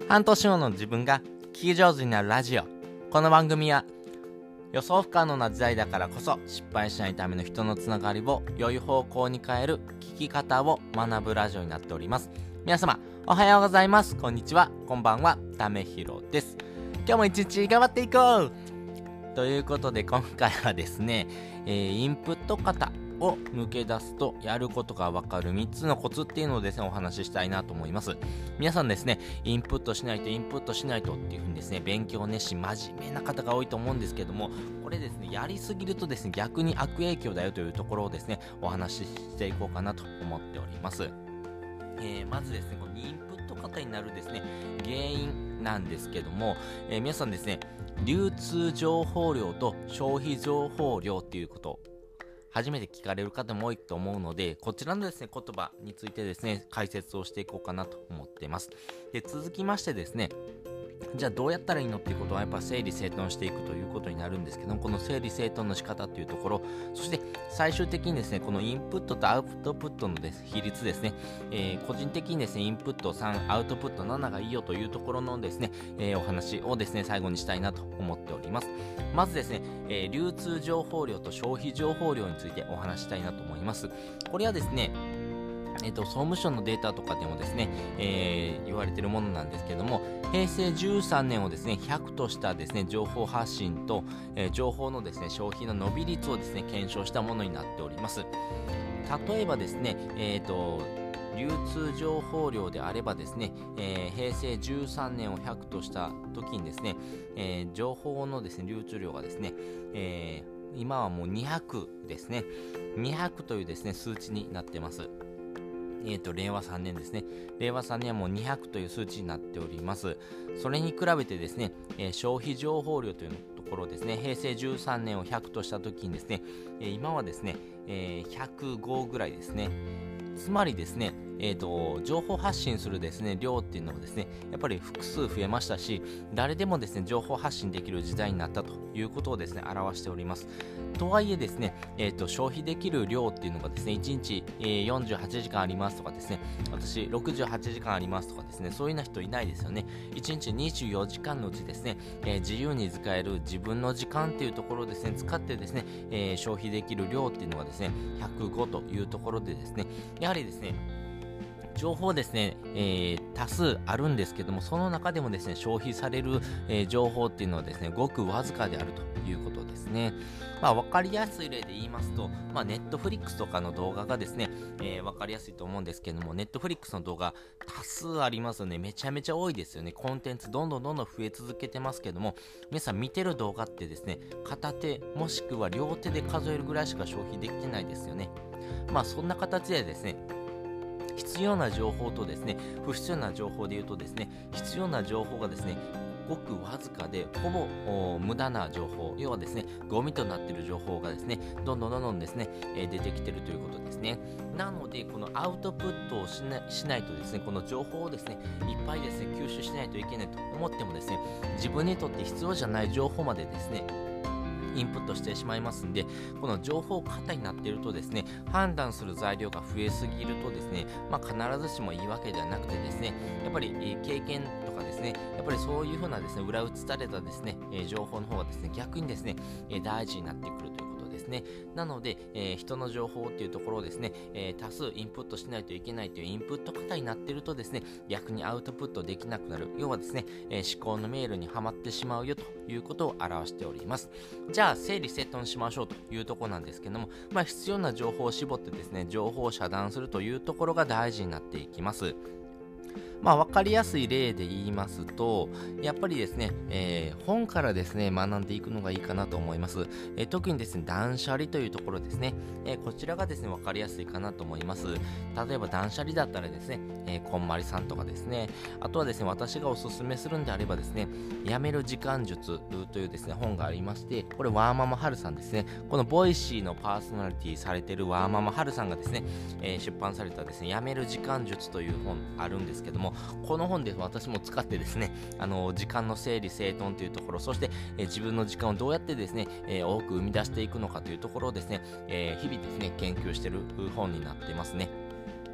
半年後の自分が聞き上手になるラジオ。この番組は予想不可能な時代だからこそ失敗しないための人のつながりを良い方向に変える聞き方を学ぶラジオになっております。皆様おはようございます、こんにちは、こんばんは、ためひろです。今日も一日頑張っていこうということで、今回はですね、インプット型を抜け出すとやることがわかる3つのコツっていうのをですねお話ししたいなと思います。皆さんですね、インプットしないとっていう風にですね勉強をし真面目な方が多いと思うんですけども、これですねやりすぎるとですね逆に悪影響だよというところをですねお話ししていこうかなと思っております。まずですね、このインプット型になるですね原因なんですけども、皆さんですね、流通情報量と消費情報量っていうこと初めて聞かれる方も多いと思うので、こちらのですね言葉についてですね解説をしていこうかなと思っています。で、続きましてですね、じゃあどうやったらいいのっていうことはやっぱ整理整頓していくということになるんですけども、この整理整頓の仕方というところ、そして最終的にですねこのインプットとアウトプットの比率ですね、個人的にですねインプット3アウトプット7がいいよというところのですね、お話をですね最後にしたいなと思っております。まずですね、流通情報量と消費情報量についてお話したいなと思います。これはですね総務省のデータとかでもですね、言われているものなんですけども、平成13年をですね100としたですね情報発信と、情報のですね消費の伸び率をですね検証したものになっております。例えばですね、流通情報量であればですね、平成13年を100とした時にですね、情報のですね流通量がですね、今はもう200ですね。200というですね数値になってます。令和3年ですね。令和3年はもう200という数値になっております。それに比べてですね、消費情報量というところですね、平成13年を100とした時にですね、今はですね、105ぐらいですね。つまりですね、情報発信するですね量っていうのもですねやっぱり複数増えましたし、誰でもですね情報発信できる時代になったということをですね表しております。とはいえですね、消費できる量っていうのがですね1日、48時間ありますとかですね、私68時間ありますとかですね、そういうような人いないですよね。1日24時間のうちですね、自由に使える自分の時間っていうところをですね使ってですね、消費できる量っていうのがですね105というところでですね、やはりですね情報ですね、多数あるんですけども、その中でもですね消費される、情報っていうのはですねごくわずかであるということですね。分かりやすい例で言いますと、ネットフリックスとかの動画がですね、分かりやすいと思うんですけども、ネットフリックスの動画多数ありますよね。めちゃめちゃ多いですよね。コンテンツどんどん増え続けてますけども、皆さん見てる動画ってですね片手もしくは両手で数えるぐらいしか消費できてないですよね。そんな形でですね必要な情報とですね不必要な情報で言うとですね、必要な情報がですねごくわずかでほぼ無駄な情報、要はですねゴミとなっている情報がですねどんどんですね、出てきているということですね。なのでこのアウトプットをしないとですね、この情報をですねいっぱいですね吸収しないといけないと思ってもですね、自分にとって必要じゃない情報までですねインプットしてしまいますんで、この情報過多になっているとですね判断する材料が増えすぎるとですね、必ずしもいいわけではなくてですね、やっぱり、経験とかですね、やっぱりそういうふうなですね裏打ちされたですね、情報の方がですね逆にですね、大事になってくるということですね。なので、人の情報っていうところをですね、多数インプットしないといけないというインプット過多になっているとですね逆にアウトプットできなくなる、要はですね、思考の迷路にはまってしまうよということを表しております。じゃあ整理整頓しましょうというところなんですけども、必要な情報を絞ってですね情報を遮断するというところが大事になっていきます。分かりやすい例で言いますと、やっぱりですね、本からですね学んでいくのがいいかなと思います。特にですね断捨離というところですね、こちらがですね分かりやすいかなと思います。例えば断捨離だったらですね、こんまりさんとかですね、あとはですね私がおすすめするんであればですね、やめる時間術というですね本がありまして、これワーママハルさんですね、このボイシーのパーソナリティされているワーママハルさんがですね、出版されたですねやめる時間術という本あるんですけども、この本で私も使ってですね時間の整理整頓というところ、そして、自分の時間をどうやってですね、多く生み出していくのかというところをですね、日々ですね研究している本になっていますね。こ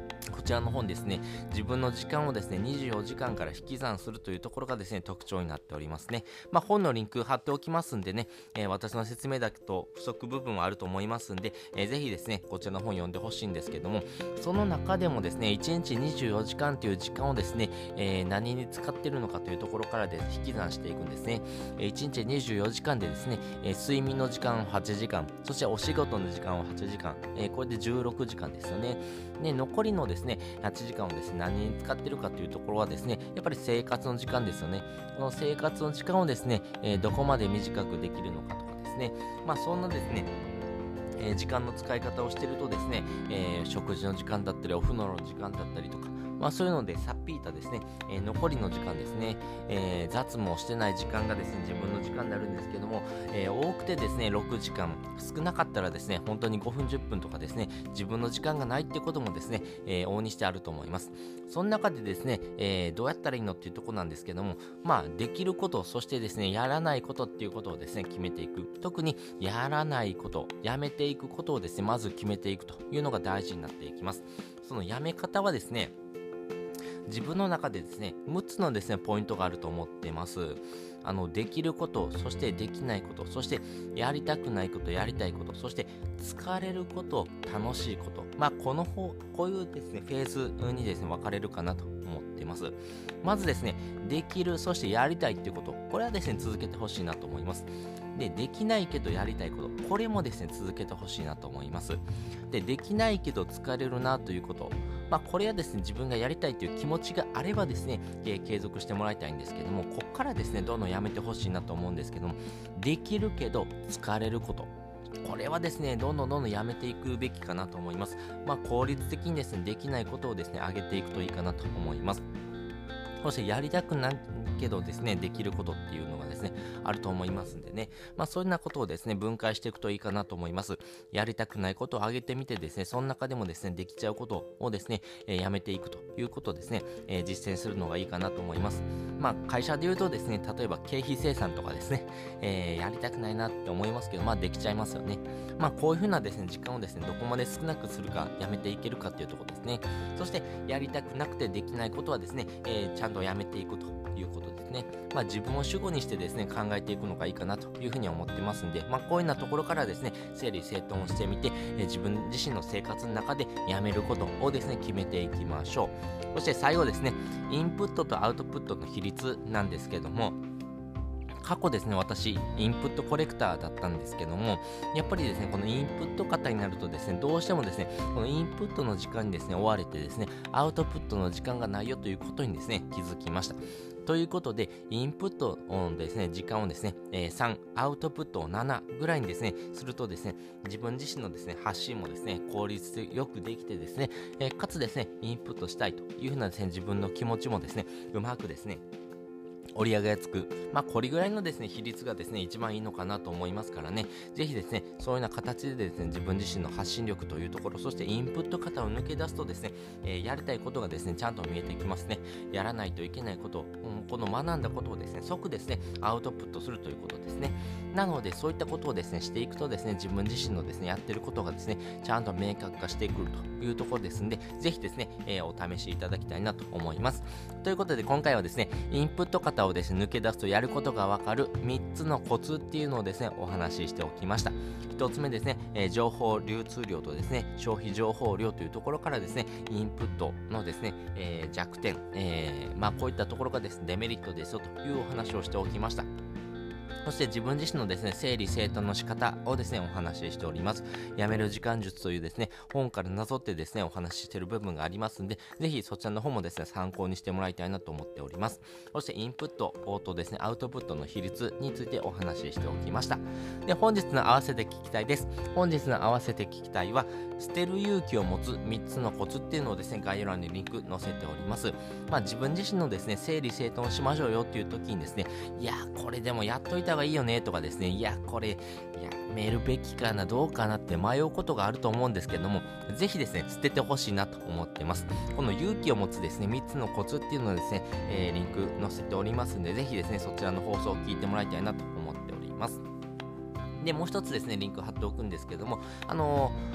ちらの本ですね、自分の時間をですね24時間から引き算するというところがですね特徴になっておりますね。本のリンク貼っておきますんでね、私の説明だと不足部分はあると思いますんで、ぜひですねこちらの本読んでほしいんですけども、その中でもですね1日24時間という時間をですね、何に使っているのかというところからで引き算していくんですね。1日24時間でですね、睡眠の時間を8時間、そしてお仕事の時間を8時間、これで16時間ですよね。残りのですね8時間をですね何に使っているかというところはですね、やっぱり生活の時間ですよね。この生活の時間をですね、どこまで短くできるのかとかですね、そんなですね時間の使い方をしているとですね、食事の時間だったりお風呂の時間だったりとか、そういうのでさっぴいたですね、残りの時間ですね、雑務をしてない時間がですね自分の時間になるんですけども、多くてですね6時間、少なかったらですね本当に5分10分とかですね自分の時間がないってこともですね、往々にしてあると思います。その中でですね、どうやったらいいのっていうところなんですけども、できること、そしてですねやらないことっていうことをですね決めていく。特にやらないこと、やめていくことをですねまず決めていくというのが大事になっていきます。そのやめ方はですね、自分の中でですね6つのですねポイントがあると思っています。できること、そしてできないこと、そしてやりたくないこと、やりたいこと、そして疲れること、楽しいこと、こういうですねフェーズにですね分かれるかなと思っています。まずですね、できる、そしてやりたいっていうこと、これはですね続けてほしいなと思います。できないけどやりたいこと、これもですね続けてほしいなと思います。できないけど疲れるなということ、これはですね自分がやりたいという気持ちがあればですね、継続してもらいたいんですけども、ここからですねどんどんやめてほしいなと思うんですけども、できるけど疲れること、これはですねどんどんやめていくべきかなと思います。効率的にですねできないことをですね上げていくといいかなと思います。そしてやりたくないけどですねできることっていうのがですねあると思いますんでね、そんなことをですね分解していくといいかなと思います。やりたくないことを上げてみてですね、その中でもですねできちゃうことをですね、やめていくということをですね、実践するのがいいかなと思います。会社で言うとですね、例えば経費精算とかですね、やりたくないなって思いますけど、できちゃいますよね。こういうふうなですね時間をですねどこまで少なくするか、やめていけるかっていうところですね。そしてやりたくなくてできないことはですね、ちゃんとやめていくということですね。自分を主語にしてですね考えていくのがいいかなというふうに思ってますんで、こういうようなところからですね整理整頓をしてみて、自分自身の生活の中でやめることをですね決めていきましょう。そして最後ですね、インプットとアウトプットの比率なんですけども、過去ですね、私インプットコレクターだったんですけども、やっぱりですねこのインプット型になるとですね、どうしてもですねこのインプットの時間にですね追われてですね、アウトプットの時間がないよということにですね気づきました。ということで、インプットのですね時間をですね、3、アウトプットを7ぐらいにですねするとですね、自分自身のですね発信もですね効率よくできてですね、かつですねインプットしたいというふうなですね自分の気持ちもですねうまくですね折り上げがつく、これぐらいのですね比率がですね一番いいのかなと思いますからね、ぜひですねそういうような形でですね自分自身の発信力というところ、そしてインプット型を抜け出すとですね、やりたいことがですねちゃんと見えてきますね。やらないといけないこと、この学んだことをですね即ですねアウトプットするということですね。なのでそういったことをですねしていくとですね、自分自身のですねやってることがですねちゃんと明確化してくるというところですんで、ぜひですね、お試しいただきたいなと思います。ということで今回はですね、インプット型をですね抜け出すとやることがわかる3つのコツっていうのをですねお話ししておきました。1つ目ですね、情報流通量とですね消費情報量というところからですね、インプットのですね、弱点、こういったところがですねデメリットですよというお話をしておきました。そして自分自身のですね整理整頓の仕方をですねお話ししております。やめる時間術というですね本からなぞってですねお話ししている部分がありますんで、ぜひそちらの方もですね参考にしてもらいたいなと思っております。そしてインプットとですねアウトプットの比率についてお話ししておきました。で、本日の合わせて聞きたいです。本日の合わせて聞きたいは、捨てる勇気を持つ3つのコツっていうのをですね概要欄にリンク載せております。自分自身のですね整理整頓しましょうよっていう時にですね、いやこれでもやっといた方がいいよねとかですね、いやこれやめるべきかなどうかなって迷うことがあると思うんですけども、ぜひですね捨ててほしいなと思ってます。この勇気を持つですね3つのコツっていうのをですね、リンク載せておりますんで、ぜひですねそちらの放送を聞いてもらいたいなと思っております。で、もう一つですねリンク貼っておくんですけども、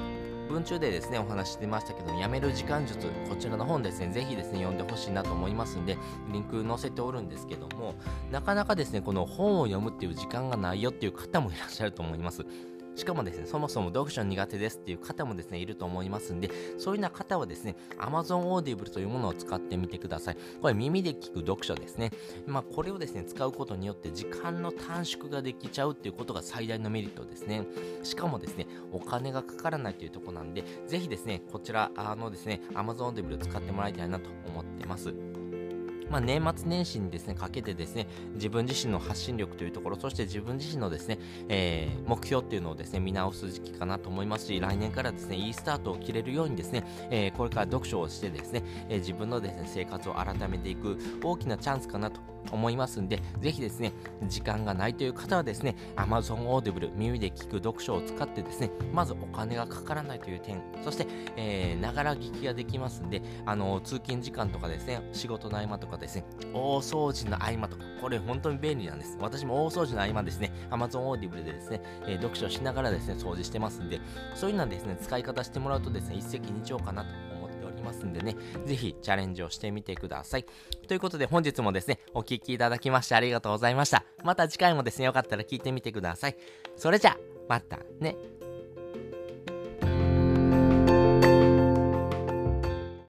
文中でですねお話ししてましたけど、やめる時間術、こちらの本ですねぜひですね読んでほしいなと思いますんで、リンク載せておるんですけども、なかなかですねこの本を読むっていう時間がないよっていう方もいらっしゃると思います。しかもですね、そもそも読書苦手ですっていう方もですねいると思いますんで、そういうような方はですね Amazon Audible というものを使ってみてください。これ耳で聞く読書ですね。これをですね使うことによって時間の短縮ができちゃうっていうことが最大のメリットですね。しかもですねお金がかからないというところなんで、ぜひですねこちらですね Amazon Audible を使ってもらいたいなと思ってます。年末年始にですねかけてですね、自分自身の発信力というところ、そして自分自身のですね、目標っていうのをですね見直す時期かなと思いますし、来年からですねいいスタートを切れるようにですね、これから読書をしてですね、自分のですね生活を改めていく大きなチャンスかなと思いますんで、ぜひですね時間がないという方はですね Amazon Audible 耳で聞く読書を使ってですね、まずお金がかからないという点、そしてながら聞きができますんで、通勤時間とかですね、仕事の合間とかですね、大掃除の合間とか、これ本当に便利なんです。私も大掃除の合間ですね Amazon Audible でですね、読書しながらですね掃除してますんで、そういうのはですね使い方してもらうとですね一石二鳥かなと思っておりますんでね、ぜひチャレンジをしてみてください。ということで本日もですねお聞きいただきましてありがとうございました。また次回もですねよかったら聞いてみてください。それじゃまたね。